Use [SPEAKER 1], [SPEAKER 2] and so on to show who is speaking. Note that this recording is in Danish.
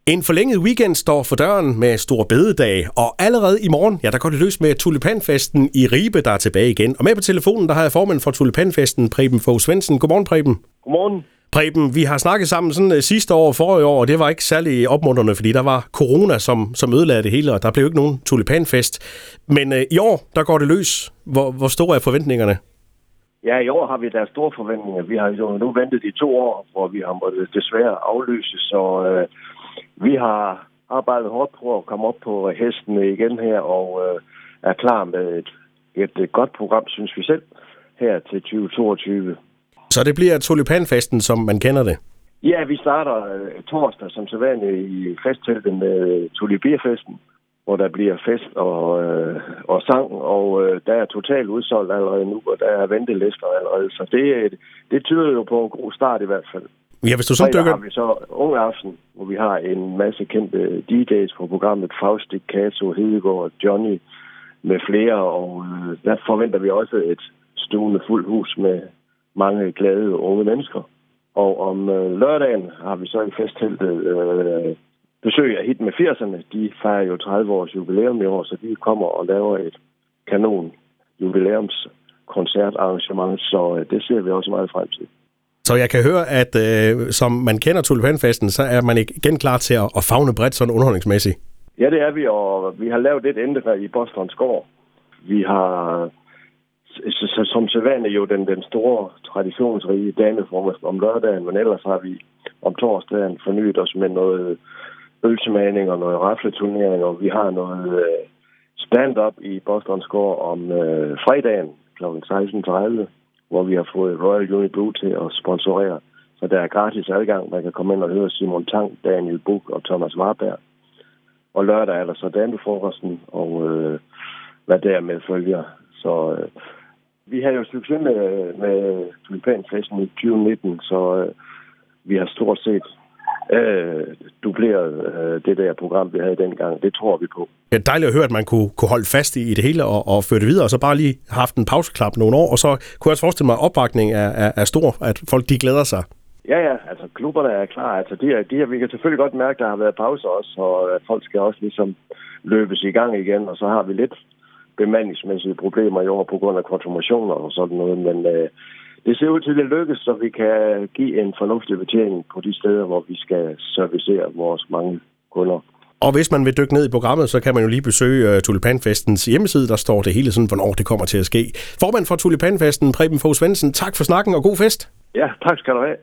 [SPEAKER 1] En forlænget weekend står for døren med Store Bededag, og allerede i morgen, der går det løs med Tulipanfesten i Ribe, der er tilbage igen. Og med på telefonen, der har jeg formand for Tulipanfesten, Preben Fogh Svendsen. Godmorgen, Preben.
[SPEAKER 2] Godmorgen.
[SPEAKER 1] Preben, vi har snakket sammen sådan sidste år og forrige år, og det var ikke særlig opmuntrende, fordi der var corona, som ødelagde det hele, og der blev ikke nogen tulipanfest. Men i år, der går det løs. Hvor store er forventningerne?
[SPEAKER 2] Ja, i år har vi da store forventninger. Vi har jo nu ventet i 2 år, hvor vi har måttet desværre aflyse, så vi har arbejdet hårdt på at komme op på hestene igen her, og er klar med et godt program, synes vi selv, her til 2022.
[SPEAKER 1] Så det bliver Tulipanfesten, som man kender det?
[SPEAKER 2] Ja, vi starter torsdag som sædvanligt i festteltet med Tulibierfesten, hvor der bliver fest og sang, og der er totalt udsolgt allerede nu, og der er ventelister allerede, så det tyder jo på en god start i hvert fald.
[SPEAKER 1] Ja, hvis du så dykker...
[SPEAKER 2] har vi så unge aften, hvor vi har en masse kendte DJ's på programmet, Faustik, Kato, Hedegaard, Johnny med flere, og der forventer vi også et stuende fuldt hus med mange glade unge mennesker. Og om lørdagen har vi så i festteltet besøg af Hit med 80'erne. De fejrer jo 30 års jubilæum i år, så de kommer og laver et kanon jubilæumskoncertarrangement, så det ser vi også meget frem til.
[SPEAKER 1] Så jeg kan høre, at som man kender Tulipanfesten, så er man igen klar til at favne bredt sådan underholdningsmæssigt.
[SPEAKER 2] Ja, det er vi, og vi har lavet et ændring i Boston Gård. Vi har som sædvanligt jo den store traditionsrige damefrokost om lørdagen, men ellers har vi om torsdagen fornyet os med noget ølsmagning og noget rafleturnering, og vi har noget stand-up i Boston Gård om fredagen kl. 16:30, hvor vi har fået Royal Unibrew til at sponsorere. Så der er gratis adgang. Man kan komme ind og høre Simon Tang, Daniel Buch og Thomas Warberg. Og lørdag er der så damefrokosten, og hvad dermed følger. Så vi har jo succes med Tulipanfesten i 2019, så vi har stort set dubleret det der program, vi havde dengang. Det tror vi på.
[SPEAKER 1] Det er dejligt at høre, at man kunne holde fast i det hele og føre det videre, og så bare lige haft en pauseklap nogle år, og så kunne jeg også forestille mig, at opbakningen er stor, at folk de glæder sig.
[SPEAKER 2] Ja, altså klubberne er klar. Altså vi kan selvfølgelig godt mærke, at der har været pauser også, og at folk skal også ligesom løbes i gang igen, og så har vi lidt bemandingsmæssige problemer i år på grund af konfirmationer og sådan noget, men det ser ud til, at det lykkes, så vi kan give en fornuftig betjening på de steder, hvor vi skal servicere vores mange kunder.
[SPEAKER 1] Og hvis man vil dykke ned i programmet, så kan man jo lige besøge Tulipanfestens hjemmeside, der står det hele sådan, hvornår det kommer til at ske. Formand for Tulipanfesten, Preben Fogh Svendsen, tak for snakken og god fest.
[SPEAKER 2] Ja, tak skal du have.